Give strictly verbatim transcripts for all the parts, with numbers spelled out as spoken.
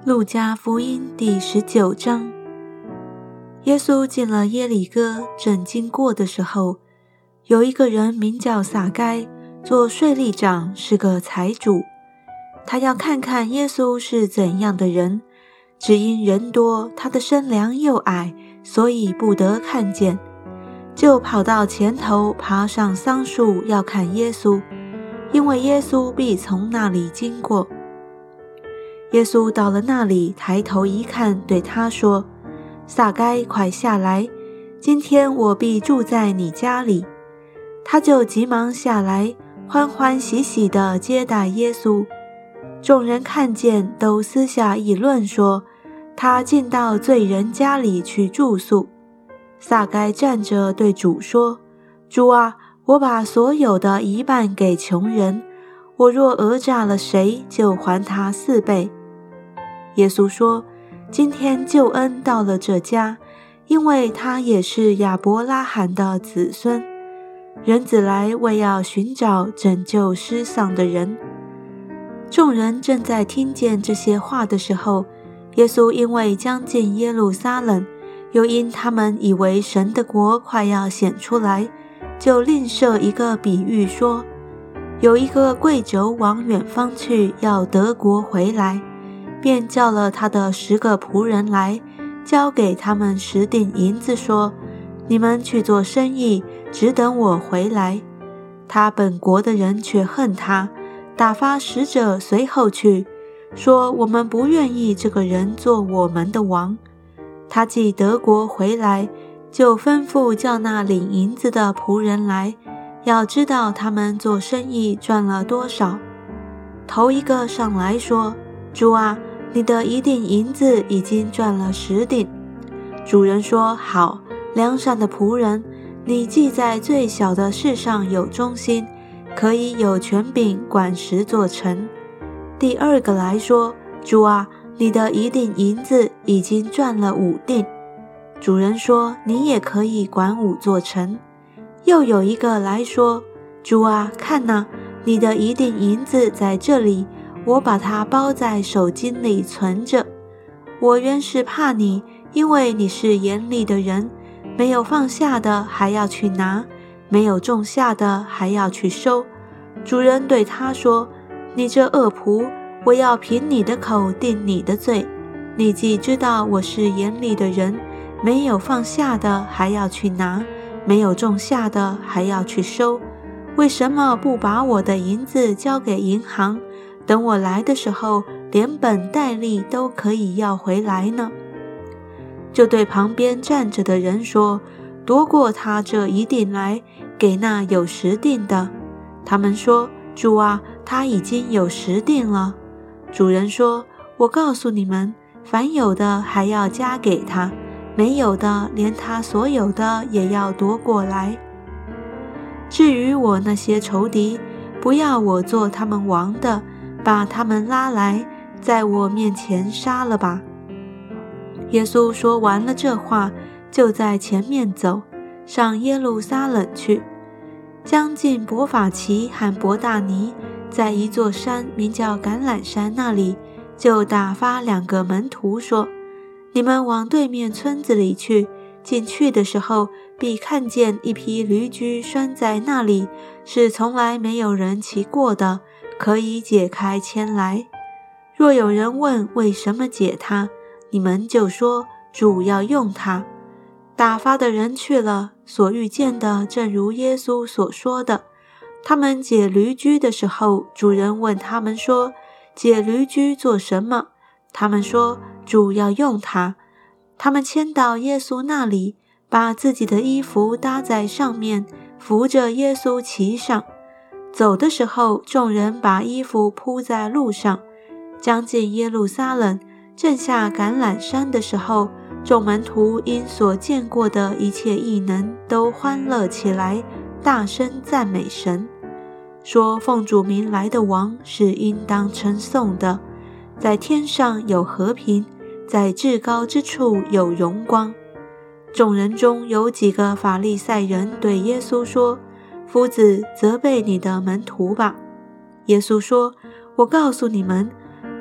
路加福音第十九章。耶稣进了耶里哥，正经过的时候，有一个人名叫撒该，做税吏长，是个财主。他要看看耶稣是怎样的人，只因人多，他的身量又矮，所以不得看见，就跑到前头，爬上桑树要看耶稣，因为耶稣必从那里经过。耶稣到了那里，抬头一看，对他说：撒该，快下来，今天我必住在你家里。他就急忙下来，欢欢喜喜地接待耶稣。众人看见，都私下议论说，他进到罪人家里去住宿。撒该站着对主说：主啊，我把所有的一半给穷人，我若讹诈了谁，就还他四倍。耶稣说：今天救恩到了这家，因为他也是亚伯拉罕的子孙。人子来为要寻找拯救失丧的人。众人正在听见这些话的时候，耶稣因为将近耶路撒冷，又因他们以为神的国快要显出来，就另设一个比喻说：有一个贵胄往远方去，要得国回来，便叫了他的十个仆人来，交给他们十锭银子，说：你们去做生意，只等我回来。他本国的人却恨他，打发使者随后去，说：我们不愿意这个人做我们的王。他既得国回来，就吩咐叫那领银子的仆人来，要知道他们做生意赚了多少。头一个上来说：主啊，你的一锭银子已经赚了十锭。主人说：好，良善的仆人，你既在最小的事上有忠心，可以有权柄管十座城。第二个来说：主啊，你的一锭银子已经赚了五锭。主人说：你也可以管五座城。又有一个来说：主啊，看哪，你的一锭银子在这里，我把它包在手巾里存着。我原是怕你，因为你是严厉的人，没有放下的还要去拿，没有种下的还要去收。主人对他说：你这恶仆，我要凭你的口定你的罪。你既知道我是严厉的人，没有放下的还要去拿，没有种下的还要去收，为什么不把我的银子交给银行，等我来的时候，连本带利都可以要回来呢？就对旁边站着的人说：夺过他这一锭来，给那有十锭的。他们说：主啊，他已经有十锭了。主人说：我告诉你们，凡有的还要加给他，没有的连他所有的也要夺过来。至于我那些仇敌，不要我做他们王的，把他们拉来，在我面前杀了吧。耶稣说完了这话，就在前面走，上耶路撒冷去。将近伯法其和伯大尼，在一座山名叫橄榄山那里，就打发两个门徒说：你们往对面村子里去，进去的时候，必看见一匹驴驹拴在那里，是从来没有人骑过的，可以解开牵来。若有人问为什么解它，你们就说：主要用它。打发的人去了，所遇见的正如耶稣所说的。他们解驴驹的时候，主人问他们说：解驴驹做什么？他们说：主要用它。他们牵到耶稣那里，把自己的衣服搭在上面，扶着耶稣骑上。走的时候，众人把衣服铺在路上。将近耶路撒冷，正下橄榄山的时候，众门徒因所见过的一切异能，都欢乐起来，大声赞美神，说：奉主名来的王是应当称颂的，在天上有和平，在至高之处有荣光。众人中有几个法利赛人对耶稣说：夫子，责备你的门徒吧。耶稣说：我告诉你们，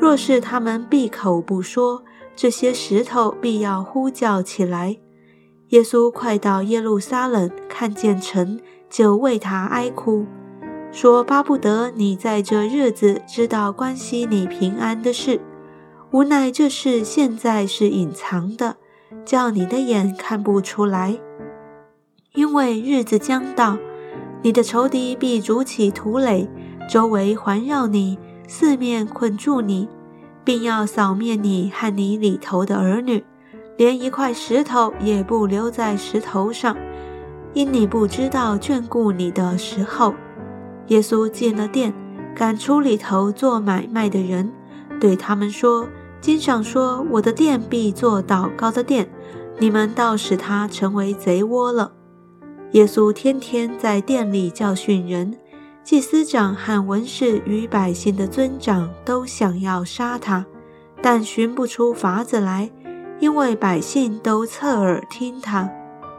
若是他们闭口不说，这些石头必要呼叫起来。耶稣快到耶路撒冷，看见城，就为他哀哭，说巴不得你在这日子知道关系你平安的事，无奈这事现在是隐藏的，叫你的眼看不出来。因为日子将到，你的仇敌必筑起土垒，周围环绕你，四面困住你，并要扫灭你和你里头的儿女，连一块石头也不留在石头上，因你不知道眷顾你的时候。耶稣进了殿，赶出里头做买卖的人，对他们说，经上说，我的殿必作祷告的殿，你们倒使它成为贼窝了。耶稣天天在殿里教训人，祭司长和文士与百姓的尊长都想要杀他，但寻不出法子来，因为百姓都侧耳听他。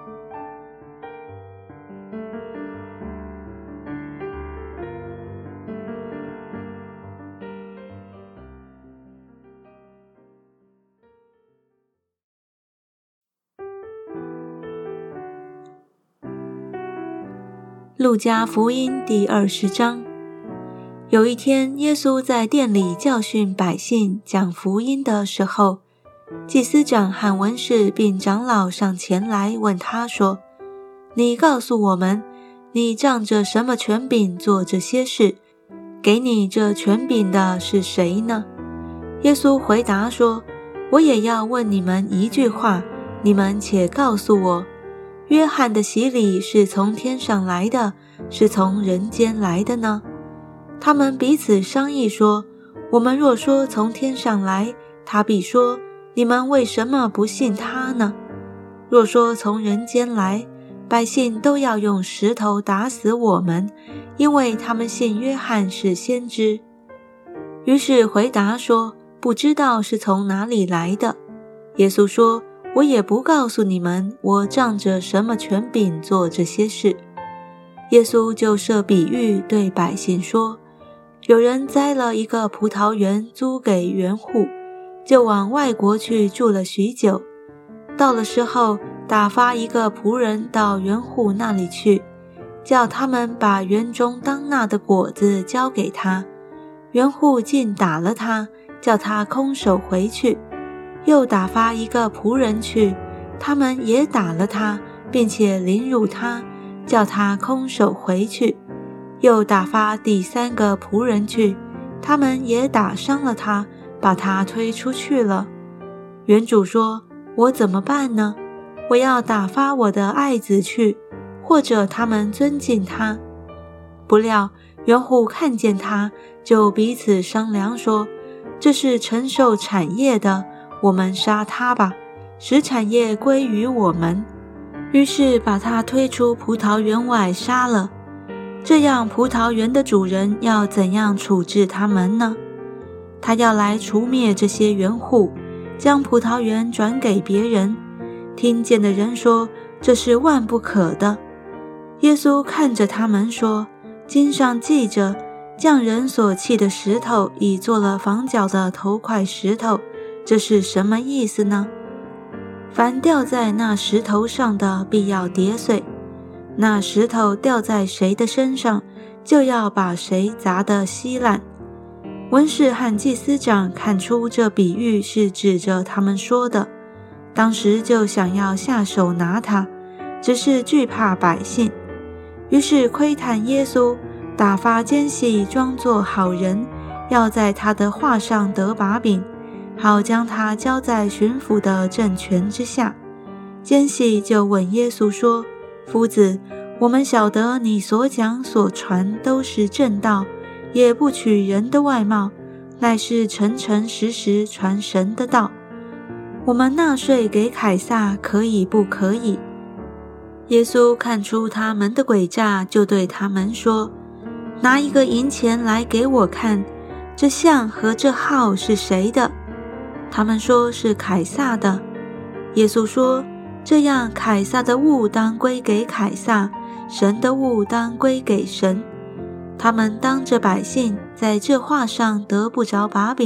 路加福音第二十章。有一天，耶稣在殿里教训百姓讲福音的时候，祭司长和文士并长老上前来问他说，你告诉我们，你仗着什么权柄做这些事？给你这权柄的是谁呢？耶稣回答说，我也要问你们一句话，你们且告诉我，约翰的洗礼是从天上来的，是从人间来的呢？他们彼此商议说，我们若说从天上来，他必说，你们为什么不信他呢？若说从人间来，百姓都要用石头打死我们，因为他们信约翰是先知。于是回答说，不知道是从哪里来的。耶稣说，我也不告诉你们，我仗着什么权柄做这些事。耶稣就设比喻对百姓说，有人栽了一个葡萄园租给园户，就往外国去住了许久。到了时候，打发一个仆人到园户那里去，叫他们把园中当纳的果子交给他。园户竟打了他，叫他空手回去。又打发一个仆人去，他们也打了他，并且凌辱他，叫他空手回去。又打发第三个仆人去，他们也打伤了他，把他推出去了。园主说，我怎么办呢？我要打发我的爱子去，或者他们尊敬他。不料园户看见他，就彼此商量说，这是承受产业的，我们杀他吧，使产业归于我们。于是把他推出葡萄园外杀了。这样葡萄园的主人要怎样处置他们呢？他要来除灭这些园户，将葡萄园转给别人。听见的人说，这是万不可的。耶稣看着他们说，经上记着，匠人所弃的石头已做了房角的头块石头，这是什么意思呢？凡掉在那石头上的，必要跌碎；那石头掉在谁的身上，就要把谁砸得稀烂。文士和祭司长看出这比喻是指着他们说的，当时就想要下手拿他，只是惧怕百姓。于是窥探耶稣，打发奸细装作好人，要在他的话上得把柄，好将他交在巡抚的政权之下。奸细就问耶稣说，夫子，我们晓得你所讲所传都是正道，也不取人的外貌，乃是诚诚实实传神的道。我们纳税给凯撒可以不可以？耶稣看出他们的诡诈，就对他们说，拿一个银钱来给我看，这像和这号是谁的？他们说是凯撒的。耶稣说，这样凯撒的物当归给凯撒，神的物当归给神。他们当着百姓在这话上得不着把柄，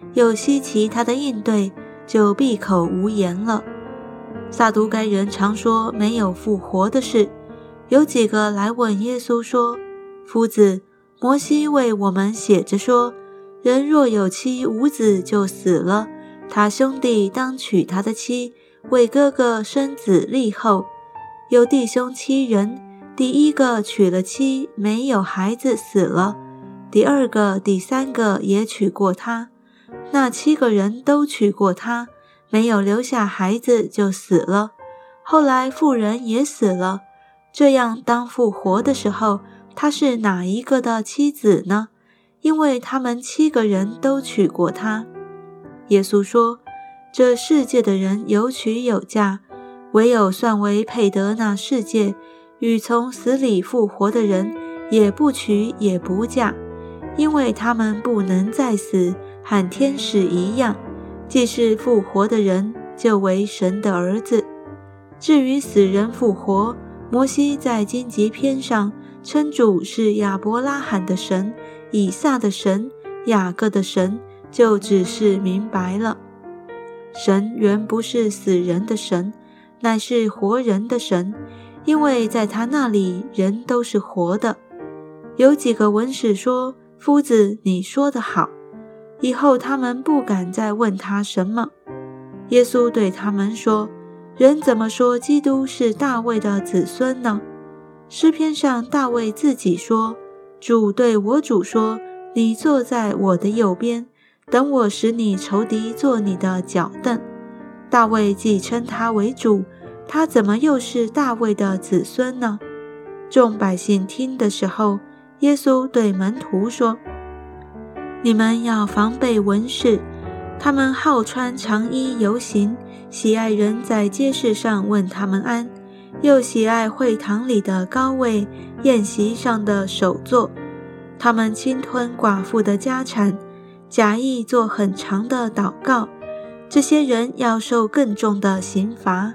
又稀奇他的应对，就闭口无言了。撒都该人常说没有复活的事，有几个来问耶稣说：夫子，摩西为我们写着说，人若有妻无子就死了，他兄弟当娶他的妻，为哥哥生子立后。有弟兄七人，第一个娶了妻，没有孩子死了，第二个、第三个也娶过他，那七个人都娶过他，没有留下孩子就死了。后来妇人也死了，这样当复活的时候，他是哪一个的妻子呢？因为他们七个人都娶过他。耶稣说，这世界的人有娶有嫁，唯有算为配得那世界与从死里复活的人，也不娶也不嫁，因为他们不能再死，和天使一样，既是复活的人，就为神的儿子。至于死人复活，摩西在荆棘篇上称主是亚伯拉罕的神、以撒的神、雅各的神，就只是明白了。神原不是死人的神，乃是活人的神，因为在他那里人都是活的。有几个文士说，夫子，你说得好。以后他们不敢再问他什么。耶稣对他们说，人怎么说基督是大卫的子孙呢？诗篇上大卫自己说，主对我主说，你坐在我的右边，等我使你仇敌做你的脚凳。大卫既称他为主，他怎么又是大卫的子孙呢？众百姓听的时候，耶稣对门徒说，你们要防备文士，他们好穿长衣游行，喜爱人在街市上问他们安，又喜爱会堂里的高位，宴席上的首座。他们侵吞寡妇的家产，假意做很长的祷告，这些人要受更重的刑罚。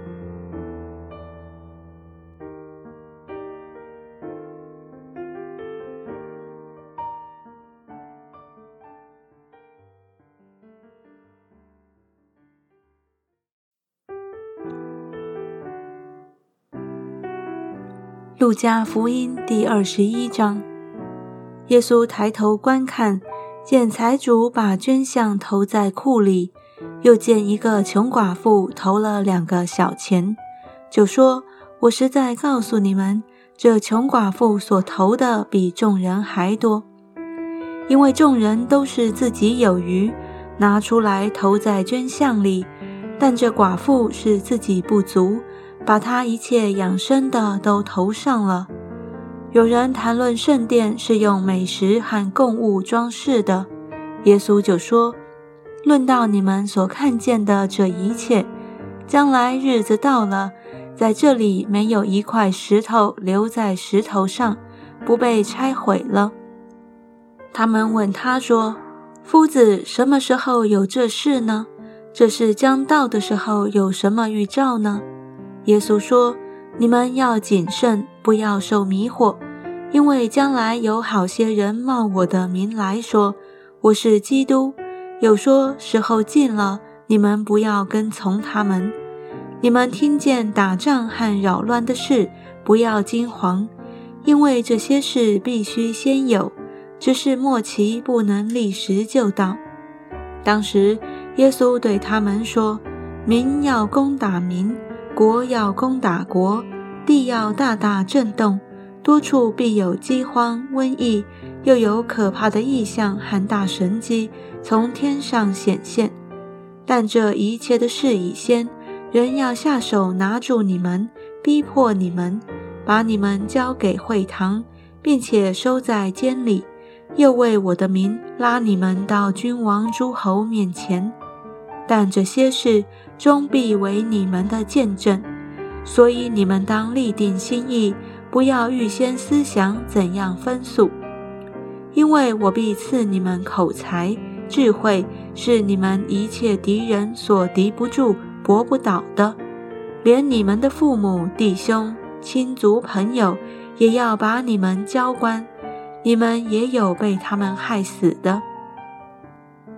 路加福音第二十一章，耶稣抬头观看，见财主把捐项投在库里，又见一个穷寡妇投了两个小钱，就说，我实在告诉你们，这穷寡妇所投的比众人还多，因为众人都是自己有余，拿出来投在捐项里，但这寡妇是自己不足，把他一切养生的都投上了。有人谈论圣殿是用美食和供物装饰的，耶稣就说，论到你们所看见的这一切，将来日子到了，在这里没有一块石头留在石头上，不被拆毁了。他们问他说，夫子，什么时候有这事呢？这事将到的时候有什么预兆呢？耶稣说，你们要谨慎，不要受迷惑，因为将来有好些人冒我的名来说，我是基督，有说时候近了，你们不要跟从他们。你们听见打仗和扰乱的事，不要惊惶，因为这些事必须先有，只是末期不能立时就到。当时耶稣对他们说，民要攻打民，国要攻打国，地要大大震动，多处必有饥荒、瘟疫，又有可怕的异象和大神迹从天上显现。但这一切的事以先，人要下手拿住你们，逼迫你们，把你们交给会堂，并且收在监里，又为我的名拉你们到君王诸侯面前。但这些事终必为你们的见证，所以你们当立定心意，不要预先思想怎样分诉，因为我必赐你们口才、智慧，是你们一切敌人所敌不住、搏不倒的。连你们的父母、弟兄、亲族、朋友，也要把你们交官，你们也有被他们害死的。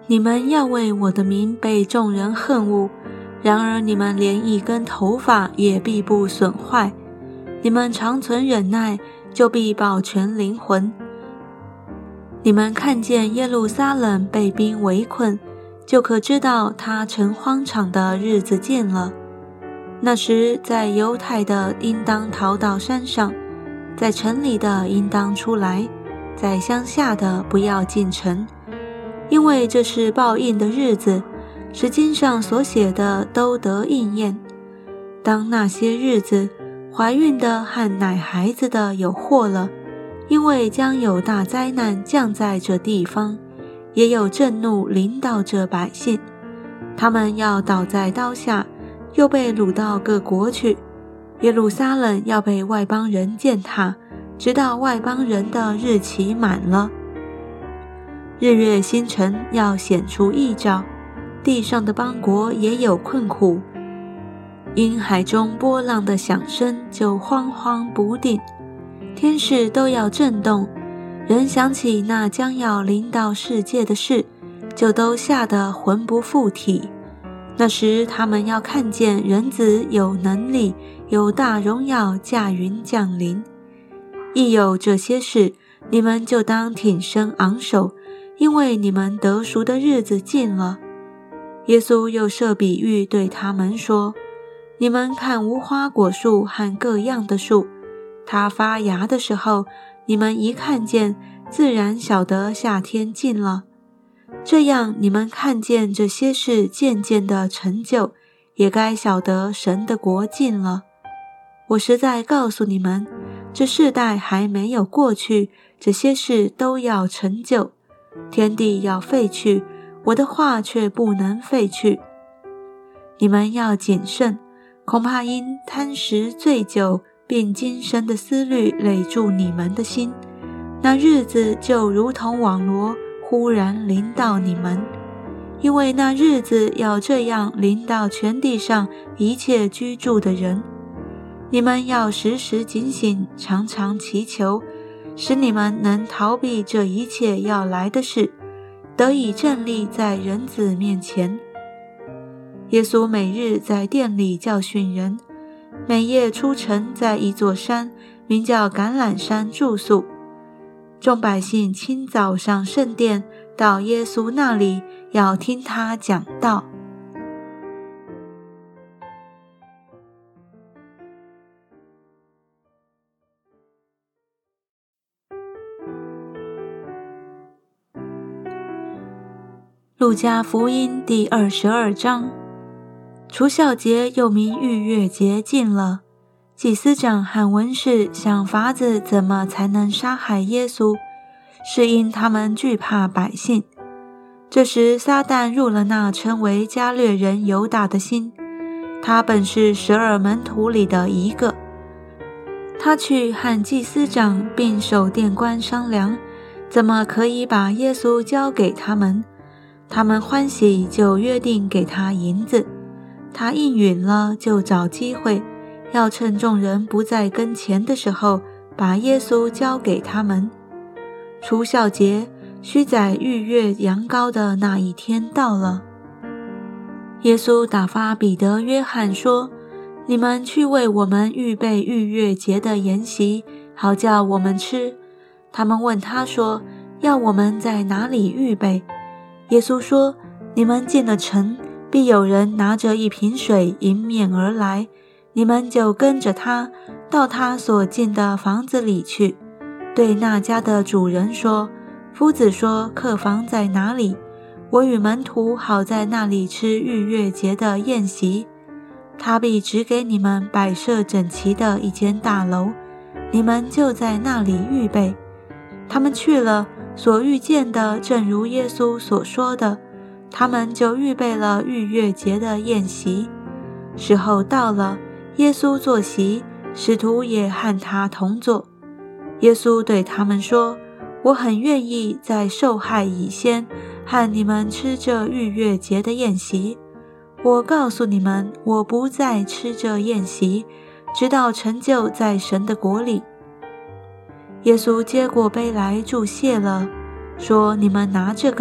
你们要为我的名被众人恨恶，然而你们连一根头发也必不损坏。你们长存忍耐，就必保全灵魂。你们看见耶路撒冷被兵围困，就可知道他成荒场的日子近了。那时在犹太的应当逃到山上，在城里的应当出来，在乡下的不要进城，因为这是报应的日子，使经上所写的都得应验。当那些日子，怀孕的和奶孩子的有祸了，因为将有大灾难降在这地方，也有震怒临到这百姓，他们要倒在刀下，又被掳到各国去。耶路撒冷要被外邦人践踏，直到外邦人的日期满了。日月星辰要显出异兆，地上的邦国也有困苦，因海中波浪的响声就慌慌不定，天势都要震动，人想起那将要临到世界的事，就都吓得魂不附体。那时他们要看见人子有能力，有大荣耀驾云降临。一有这些事，你们就当挺身昂首，因为你们得赎的日子近了。耶稣又设比喻对他们说，你们看无花果树和各样的树，它发芽的时候，你们一看见，自然晓得夏天近了。这样你们看见这些事渐渐的成就，也该晓得神的国近了。我实在告诉你们，这世代还没有过去，这些事都要成就。天地要废去，我的话却不能废去。你们要谨慎，恐怕因贪食醉酒，并今生的思虑累住你们的心，那日子就如同网罗忽然临到你们。因为那日子要这样临到全地上一切居住的人。你们要时时警醒，常常祈求，使你们能逃避这一切要来的事，得以站立在人子面前。耶稣每日在殿里教训人，每夜出城，在一座山名叫橄榄山住宿。众百姓清早上圣殿，到耶稣那里，要听他讲道。路加福音第二十二章。除酵节又名逾越节近了，祭司长和文士想法子怎么才能杀害耶稣，是因他们惧怕百姓。这时撒旦入了那称为加略人犹大的心，他本是十二门徒里的一个。他去和祭司长并守殿官商量，怎么可以把耶稣交给他们。他们欢喜，就约定给他银子。他应允了，就找机会，要趁众人不在跟前的时候，把耶稣交给他们。除酵节，须宰逾越羊羔的那一天到了。耶稣打发彼得、约翰说：你们去为我们预备逾越节的筵席，好叫我们吃。他们问他说：要我们在哪里预备？耶稣说：你们进了城，必有人拿着一瓶水迎面而来，你们就跟着他，到他所进的房子里去，对那家的主人说：夫子说，客房在哪里？我与门徒好在那里吃逾越节的宴席。他必指给你们摆设整齐的一间大楼，你们就在那里预备。他们去了，所遇见的正如耶稣所说的，他们就预备了逾越节的宴席。时候到了，耶稣坐席，使徒也和他同坐。耶稣对他们说：我很愿意在受害以先和你们吃这逾越节的宴席。我告诉你们，我不再吃这宴席，直到成就在神的国里。耶稣接过杯来祝谢了，说：你们拿这个，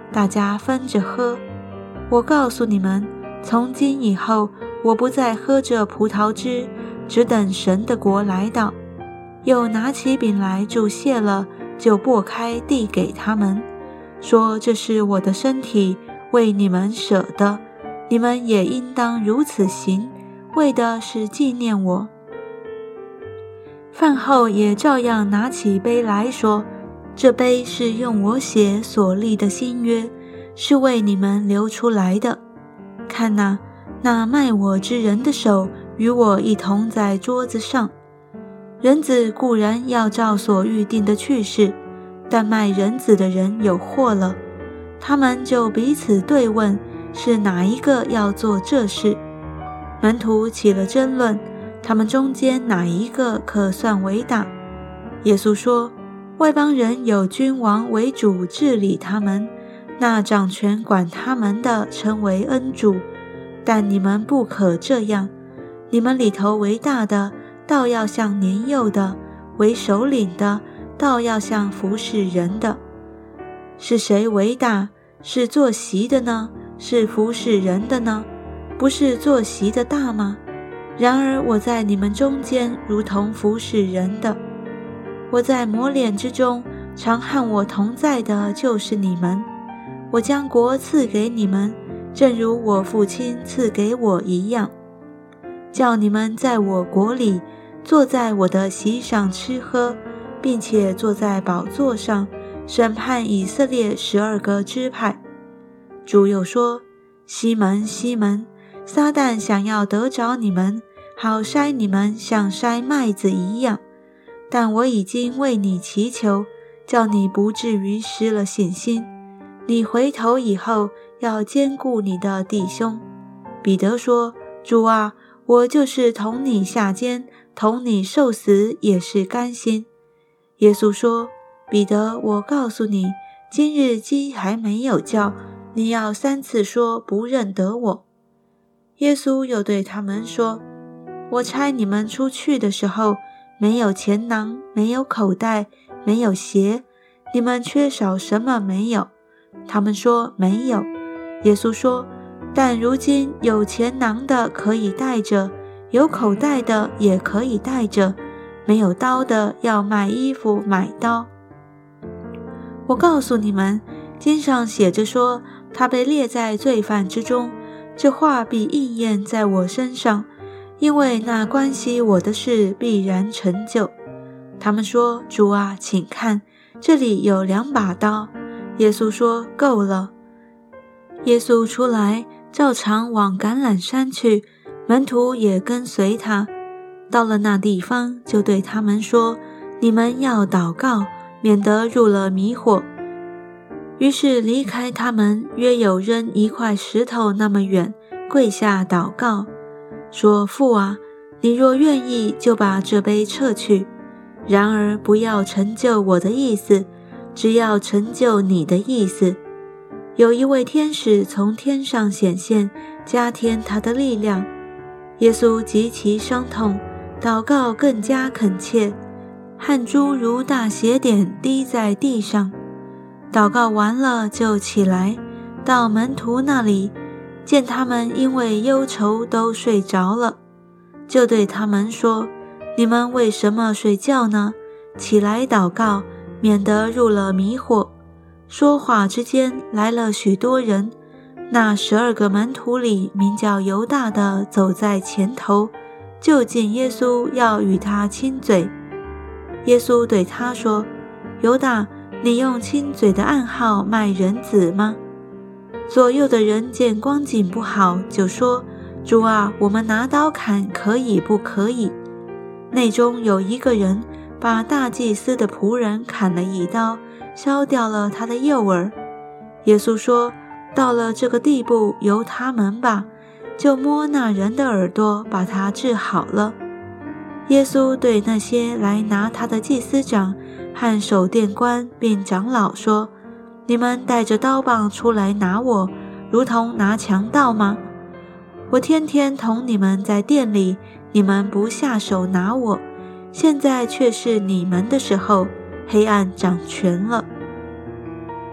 大家分着喝。我告诉你们，从今以后，我不再喝这葡萄汁，只等神的国来到。又拿起饼来祝谢了，就擘开递给他们，说：这是我的身体，为你们舍的，你们也应当如此行，为的是纪念我。饭后也照样拿起杯来说：这杯是用我血所立的新约，是为你们流出来的。看哪，那卖我之人的手与我一同在桌子上。人子固然要照所预定的去世，但卖人子的人有祸了。他们就彼此对问，是哪一个要做这事？门徒起了争论，他们中间哪一个可算为大？耶稣说：外邦人有君王为主治理他们，那掌权管他们的称为恩主，但你们不可这样。你们里头为大的，倒要像年幼的；为首领的，倒要像服侍人的。是谁为大？是坐席的呢？是服侍人的呢？不是坐席的大吗？然而我在你们中间如同服侍人的。我在磨练之中，常和我同在的就是你们。我将国赐给你们，正如我父亲赐给我一样，叫你们在我国里，坐在我的席上吃喝，并且坐在宝座上，审判以色列十二个支派。主又说：西门，西门，撒旦想要得着你们，好筛你们像筛麦子一样。但我已经为你祈求，叫你不至于失了信心。你回头以后，要兼顾你的弟兄。彼得说：主啊，我就是同你下监，同你受死，也是甘心。耶稣说：彼得，我告诉你，今日鸡还没有叫，你要三次说不认得我。耶稣又对他们说：我差你们出去的时候，没有钱囊，没有口袋，没有鞋，你们缺少什么没有？他们说没有。耶稣说：但如今有钱囊的可以带着，有口袋的也可以带着，没有刀的要卖衣服买刀。我告诉你们，经上写着说，他被列在罪犯之中，这话必应验在我身上，因为那关系我的事必然成就。他们说：主啊，请看，这里有两把刀。耶稣说：够了。耶稣出来，照常往橄榄山去，门徒也跟随他。到了那地方，就对他们说：你们要祷告，免得入了迷惑。于是离开他们，约有扔一块石头那么远，跪下祷告，说：父啊，你若愿意，就把这杯撤去，然而不要成就我的意思，只要成就你的意思。有一位天使从天上显现，加添他的力量。耶稣极其伤痛，祷告更加恳切，汗珠如大血点滴在地上。祷告完了，就起来，到门徒那里，见他们因为忧愁都睡着了，就对他们说：你们为什么睡觉呢？起来祷告，免得入了迷惑。说话之间，来了许多人，那十二个门徒里，名叫犹大的走在前头，就近耶稣，要与他亲嘴。耶稣对他说：犹大，你用亲嘴的暗号卖人子吗？左右的人见光景不好，就说：主啊，我们拿刀砍可以不可以？内中有一个人把大祭司的仆人砍了一刀，削掉了他的右耳。耶稣说：到了这个地步，由他们吧，就摸那人的耳朵，把他治好了。耶稣对那些来拿他的祭司长和守殿官并长老说：你们带着刀棒出来拿我，如同拿强盗吗？我天天同你们在殿里，你们不下手拿我，现在却是你们的时候，黑暗掌权了。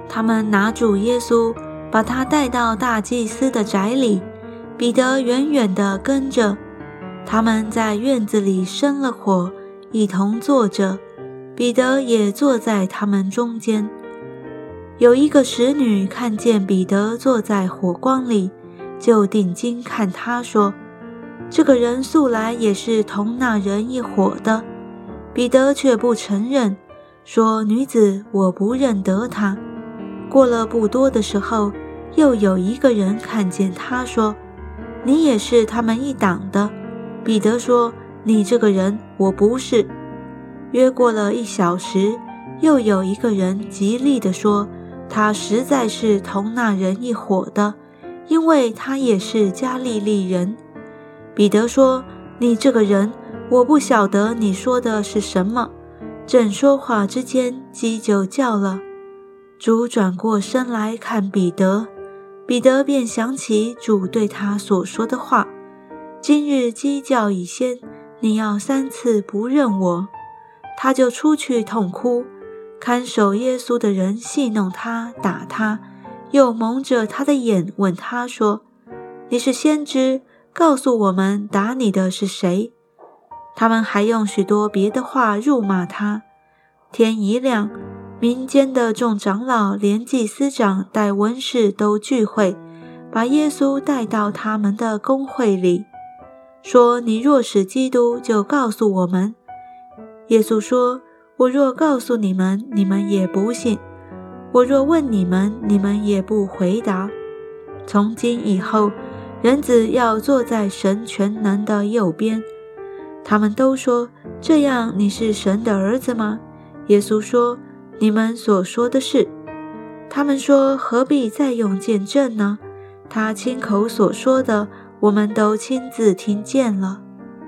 他们拿住耶稣，把他带到大祭司的宅里，彼得远远地跟着。他们在院子里生了火，一同坐着，彼得也坐在他们中间。有一个使女看见彼得坐在火光里，就定睛看他，说：这个人素来也是同那人一伙的。彼得却不承认，说：女子，我不认得他。过了不多的时候，又有一个人看见他，说：你也是他们一党的。彼得说：你这个人，我不是。约过了一小时，又有一个人极力地说：他实在是同那人一伙的，因为他也是加利利人。彼得说：你这个人，我不晓得你说的是什么。正说话之间，鸡就叫了。主转过身来看彼得，彼得便想起主对他所说的话：今日鸡叫以先，你要三次不认我。他就出去痛哭。看守耶稣的人戏弄他，打他，又蒙着他的眼，问他说：你是先知，告诉我们打你的是谁？他们还用许多别的话辱骂他。天一亮，民间的众长老连祭司长带文士都聚会，把耶稣带到他们的公会里，说：你若是基督，就告诉我们。耶稣说：我若告诉你们，你们也不信；我若问你们，你们也不回答。从今以后，人子要坐在神全能的右边。他们都说：这样你是神的儿子吗？耶稣说：你们所说的是。他们说：何必再用见证呢？他亲口所说的，我们都亲自听见了。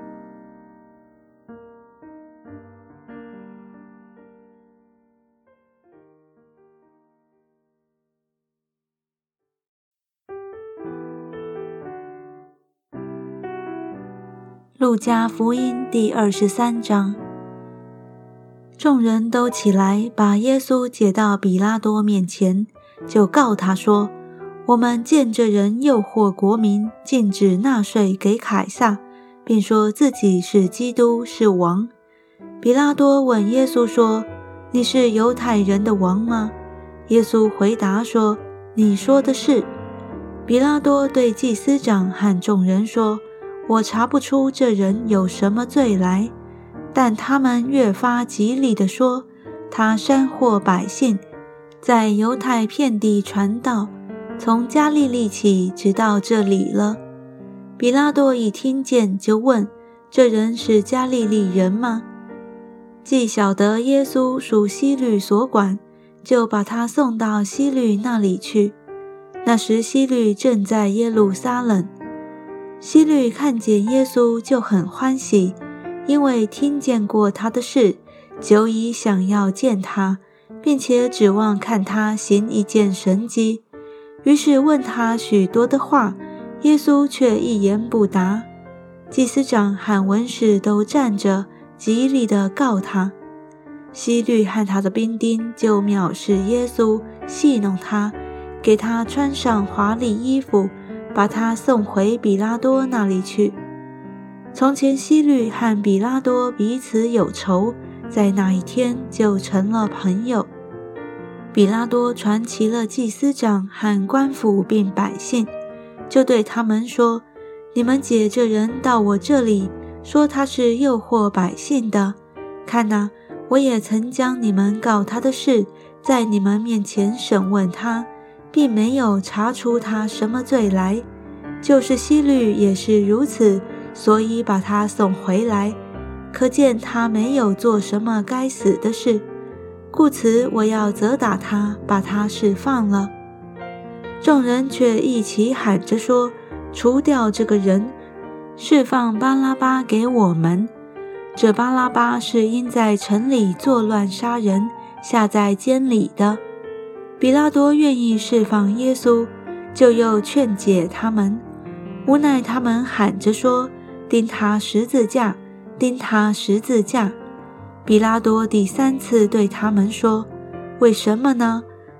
路加福音第二十三章。众人都起来，把耶稣解到比拉多面前，就告他说：我们见这人诱惑国民，禁止纳税给凯撒，并说自己是基督，是王。比拉多问耶稣说：你是犹太人的王吗？耶稣回答说：你说的是。比拉多对祭司长和众人说：我查不出这人有什么罪来。但他们越发极力地说，他煽惑百姓，在犹太遍地传道，从加利利起直到这里了。比拉多一听见，就问：这人是加利利人吗？既晓得耶稣属希律所管，就把他送到希律那里去。那时希律正在耶路撒冷。希律看见耶稣就很欢喜，因为听见过他的事，久已想要见他，并且指望看他行一件神迹。于是问他许多的话，耶稣却一言不答。祭司长和文士都站着，极力地告他。希律和他的兵丁就藐视耶稣，戏弄他，给他穿上华丽衣服，把他送回比拉多那里去。从前希律和比拉多彼此有仇，在那一天就成了朋友。比拉多传齐了祭司长和官府并百姓，就对他们说：你们解这人到我这里，说他是诱惑百姓的。看哪，我也曾将你们告他的事在你们面前审问他，并没有查出他什么罪来。就是希律也是如此，所以把他送回来，可见他没有做什么该死的事，故此我要责打他，把他释放了。众人却一起喊着说：除掉这个人，释放巴拉巴给我们。这巴拉巴是因在城里作乱杀人，下在监里的。比拉多愿意释放耶稣，就又劝解他们，无奈他们喊着说：钉他十字架，钉他十字架。比拉多第三次对他们说：为什么呢？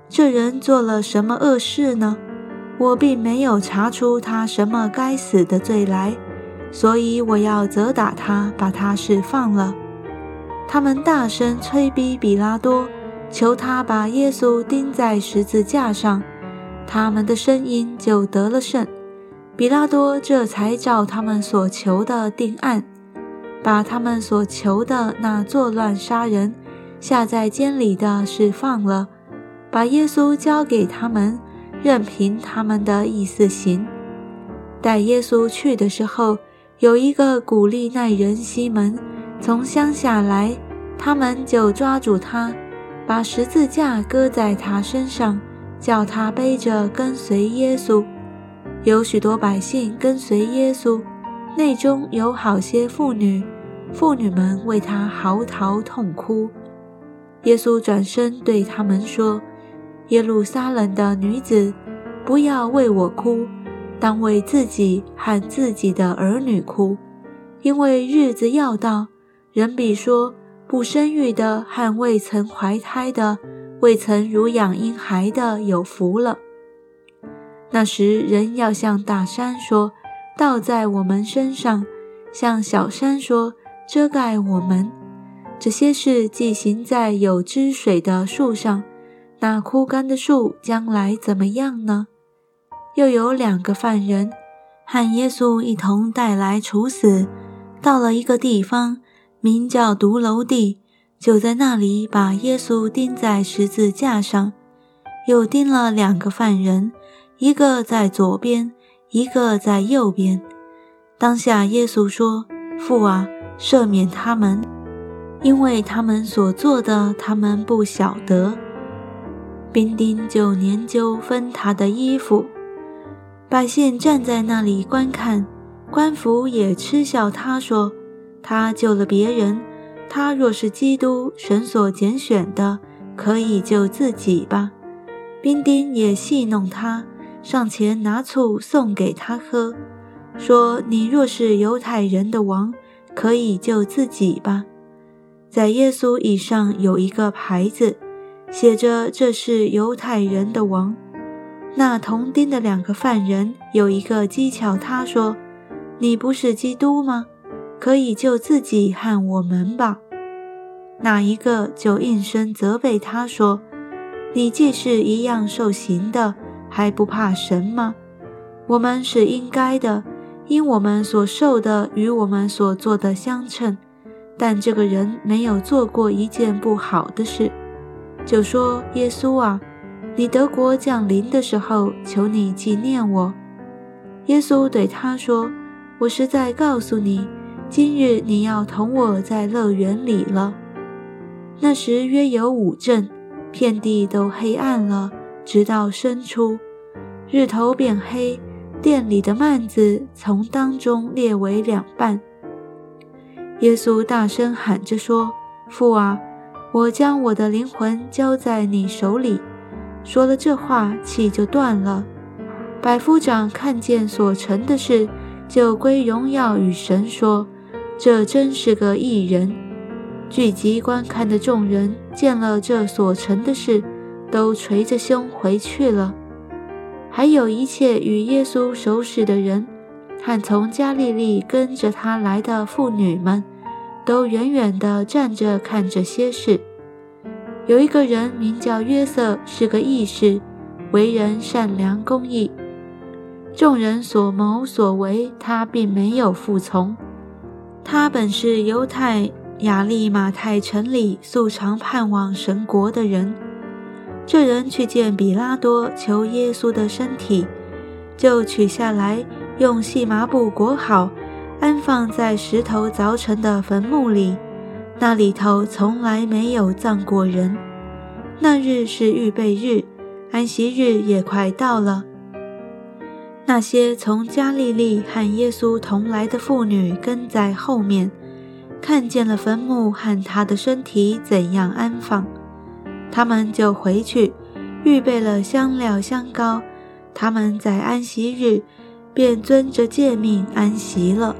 这人做了什么恶事呢？我并没有查出他什么该死的罪来，所以我要责打他，把他释放了。他们大声催逼比拉多，求他把耶稣钉在十字架上，他们的声音就得了胜。比拉多这才照他们所求的定案，把他们所求的那作乱杀人、下在监里的释放了，把耶稣交给他们，任凭他们的意思行。带耶稣去的时候，有一个古利奈人西门从乡下来，他们就抓住他，把十字架搁在他身上，叫他背着跟随耶稣。有许多百姓跟随耶稣，内中有好些妇女，妇女们为他嚎啕痛哭。耶稣转身对他们说：耶路撒冷的女子，不要为我哭，当为自己和自己的儿女哭，因为日子要到，人必说，不生育的和未曾怀胎的，未曾乳养婴孩的有福了。那时人要向大山说，倒在我们身上，向小山说，遮盖我们。这些事既行在有汁水的树上，那枯干的树将来怎么样呢？又有两个犯人和耶稣一同带来处死，到了一个地方，名叫独楼地，就在那里把耶稣钉在十字架上，又钉了两个犯人，一个在左边，一个在右边。当下耶稣说：父啊，赦免他们，因为他们所做的，他们不晓得。兵丁就研究分他的衣服，百姓站在那里观看，官府也嗤笑他说：他救了别人，他若是基督，神所拣选的，可以救自己吧。兵丁也戏弄他，上前拿醋送给他喝，说：你若是犹太人的王，可以救自己吧。在耶稣以上有一个牌子，写着这是犹太人的王。那同钉的两个犯人有一个讥诮他说：你不是基督吗？可以救自己和我们吧。那一个就应声责备他说：你既是一样受刑的，还不怕神吗？我们是应该的，因我们所受的与我们所做的相称，但这个人没有做过一件不好的事。就说：耶稣啊，你得国降临的时候，求你纪念我。耶稣对他说：我实在告诉你，今日你要同我在乐园里了。那时约有午正，遍地都黑暗了，直到申初，日头变黑，殿里的幔子从当中裂为两半。耶稣大声喊着说：父啊，我将我的灵魂交在你手里。说了这话，气就断了。百夫长看见所成的事，就归荣耀与神说：这真是个义人。聚集观看的众人见了这所成的事，都捶着胸回去了。还有一切与耶稣熟识的人，和从加利利跟着他来的妇女们，都远远地站着看这些事。有一个人名叫约瑟，是个义士，为人善良公义。众人所谋所为，他并没有服从。他本是犹太亚利马太城里素常盼望神国的人。这人去见比拉多，求耶稣的身体，就取下来，用细麻布裹好，安放在石头凿成的坟墓里，那里头从来没有葬过人。那日是预备日，安息日也快到了。那些从加利利和耶稣同来的妇女跟在后面，看见了坟墓和他的身体怎样安放，他们就回去，预备了香料香膏，他们在安息日便遵着诫命安息了。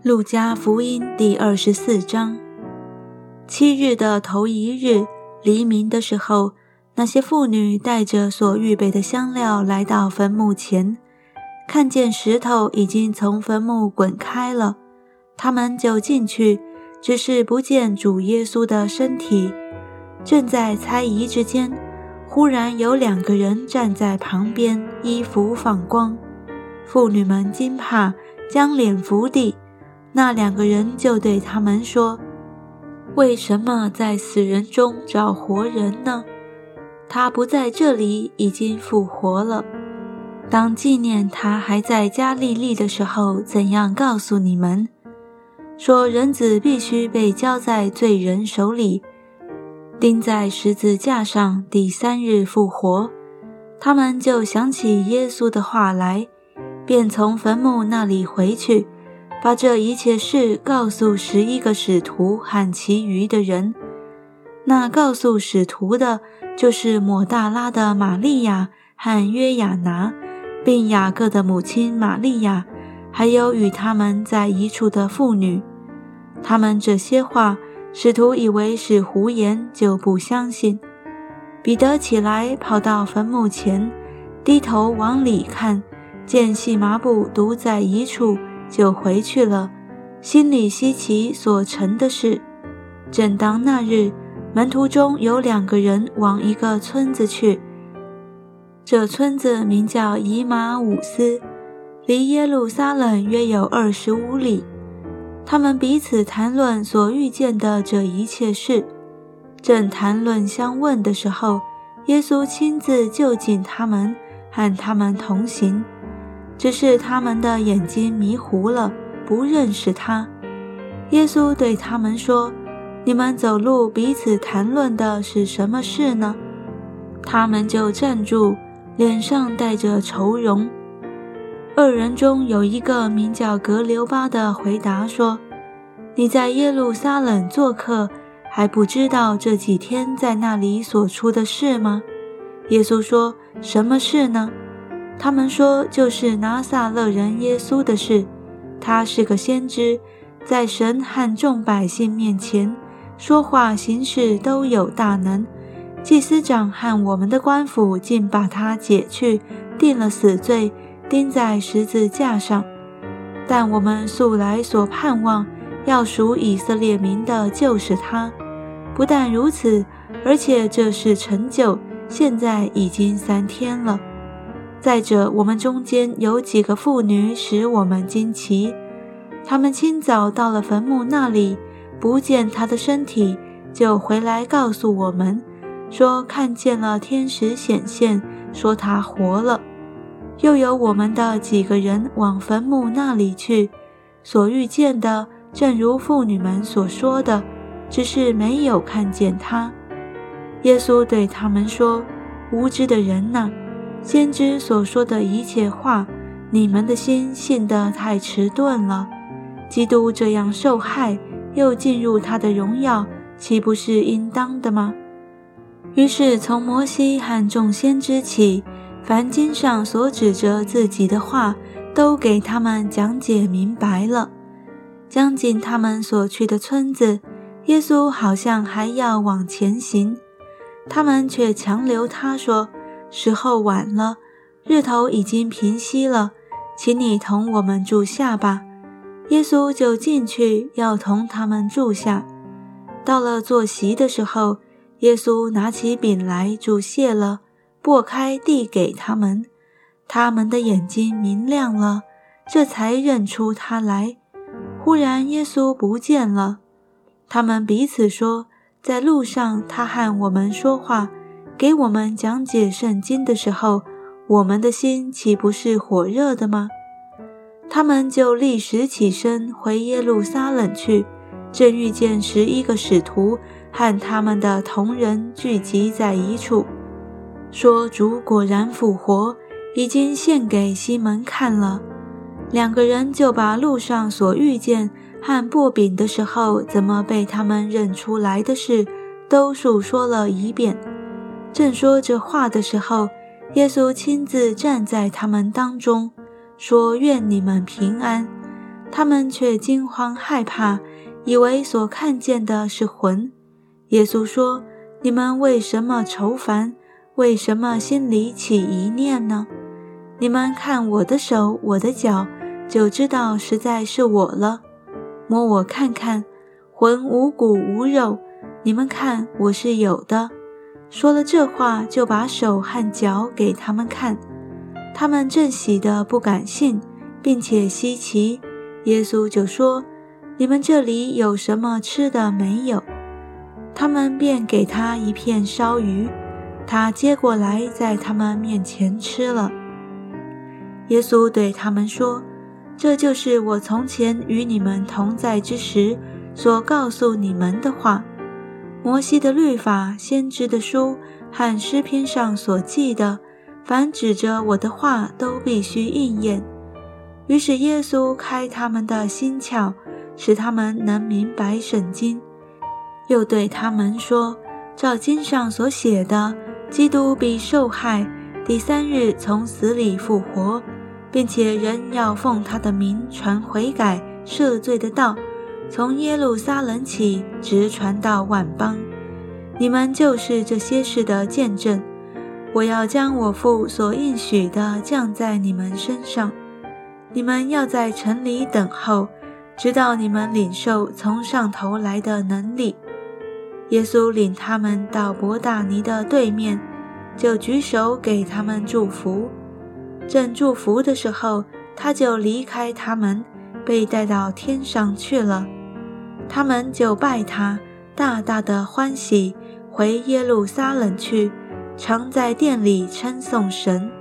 路加福音第二十四章。七日的头一日，黎明的时候，那些妇女带着所预备的香料来到坟墓前，看见石头已经从坟墓滚开了，他们就进去，只是不见主耶稣的身体。正在猜疑之间，忽然有两个人站在旁边，衣服放光。妇女们惊怕，将脸伏地。那两个人就对他们说：为什么在死人中找活人呢？他不在这里，已经复活了。当纪念他还在加利利的时候，怎样告诉你们，说人子必须被交在罪人手里，钉在十字架上，第三日复活。他们就想起耶稣的话来，便从坟墓那里回去，把这一切事告诉十一个使徒和其余的人。那告诉使徒的，就是抹大拉的玛利亚和约亚拿，并雅各的母亲玛利亚，还有与他们在一处的妇女。他们这些话，使徒以为是胡言，就不相信。彼得起来，跑到坟墓前，低头往里看，见细麻布独在一处，就回去了，心里稀奇所成的事。正当那日，门徒中有两个人往一个村子去，这村子名叫以马忤斯，离耶路撒冷约有二十五里。他们彼此谈论所遇见的这一切事。正谈论相问的时候，耶稣亲自就近他们，和他们同行，只是他们的眼睛迷糊了，不认识他。耶稣对他们说：你们走路彼此谈论的是什么事呢？他们就站住，脸上带着愁容。二人中有一个名叫格留巴的回答说：你在耶路撒冷做客，还不知道这几天在那里所出的事吗？耶稣说：什么事呢？他们说：就是拿撒勒人耶稣的事。他是个先知，在神和众百姓面前说话行事都有大能。祭司长和我们的官府竟把他解去，定了死罪，钉在十字架上。但我们素来所盼望要赎以色列民的，就是他。不但如此，而且这事成就，现在已经三天了。再者，我们中间有几个妇女使我们惊奇，她们清早到了坟墓那里，不见他的身体，就回来告诉我们，说看见了天使显现，说他活了。又有我们的几个人往坟墓那里去，所遇见的正如妇女们所说的，只是没有看见他。耶稣对他们说：无知的人哪，先知所说的一切话，你们的心信得太迟钝了。基督这样受害，又进入他的荣耀，岂不是应当的吗？于是从摩西和众先知起，凡经上所指着自己的话，都给他们讲解明白了。将近他们所去的村子，耶稣好像还要往前行，他们却强留他说：时候晚了，日头已经平息了，请你同我们住下吧。耶稣就进去，要同他们住下。到了坐席的时候，耶稣拿起饼来，祝谢了，擘开递给他们。他们的眼睛明亮了，这才认出他来。忽然耶稣不见了。他们彼此说，在路上他和我们说话，给我们讲解圣经的时候，我们的心岂不是火热的吗？他们就立时起身回耶路撒冷去，正遇见十一个使徒和他们的同人聚集在一处，说主果然复活，已经献给西门看了。两个人就把路上所遇见和擘饼的时候怎么被他们认出来的事都述说了一遍。正说这话的时候，耶稣亲自站在他们当中，说愿你们平安。 他们却惊慌害怕，以为所看见的是魂。耶稣说：你们为什么愁烦？为什么心里起疑念呢？你们看我的手，我的脚，就知道实在是我了。摸我看看，魂无骨无肉，你们看我是有的。说了这话，就把手和脚给他们看。他们正喜得不敢信，并且稀奇。耶稣就说：你们这里有什么吃的没有？他们便给他一片烧鱼，他接过来，在他们面前吃了。耶稣对他们说：这就是我从前与你们同在之时所告诉你们的话。摩西的律法、先知的书和诗篇上所记的，凡指着我的话都必须应验。于是耶稣开他们的心窍，使他们能明白圣经。又对他们说：照经上所写的，基督必受害，第三日从死里复活，并且人要奉他的名传悔改赦罪的道，从耶路撒冷起，直传到万邦。你们就是这些事的见证。我要将我父所应许的降在你们身上。你们要在城里等候，直到你们领受从上头来的能力。耶稣领他们到伯大尼的对面，就举手给他们祝福。正祝福的时候，他就离开他们，被带到天上去了。他们就拜他，大大的欢喜，回耶路撒冷去，常在殿里称颂神。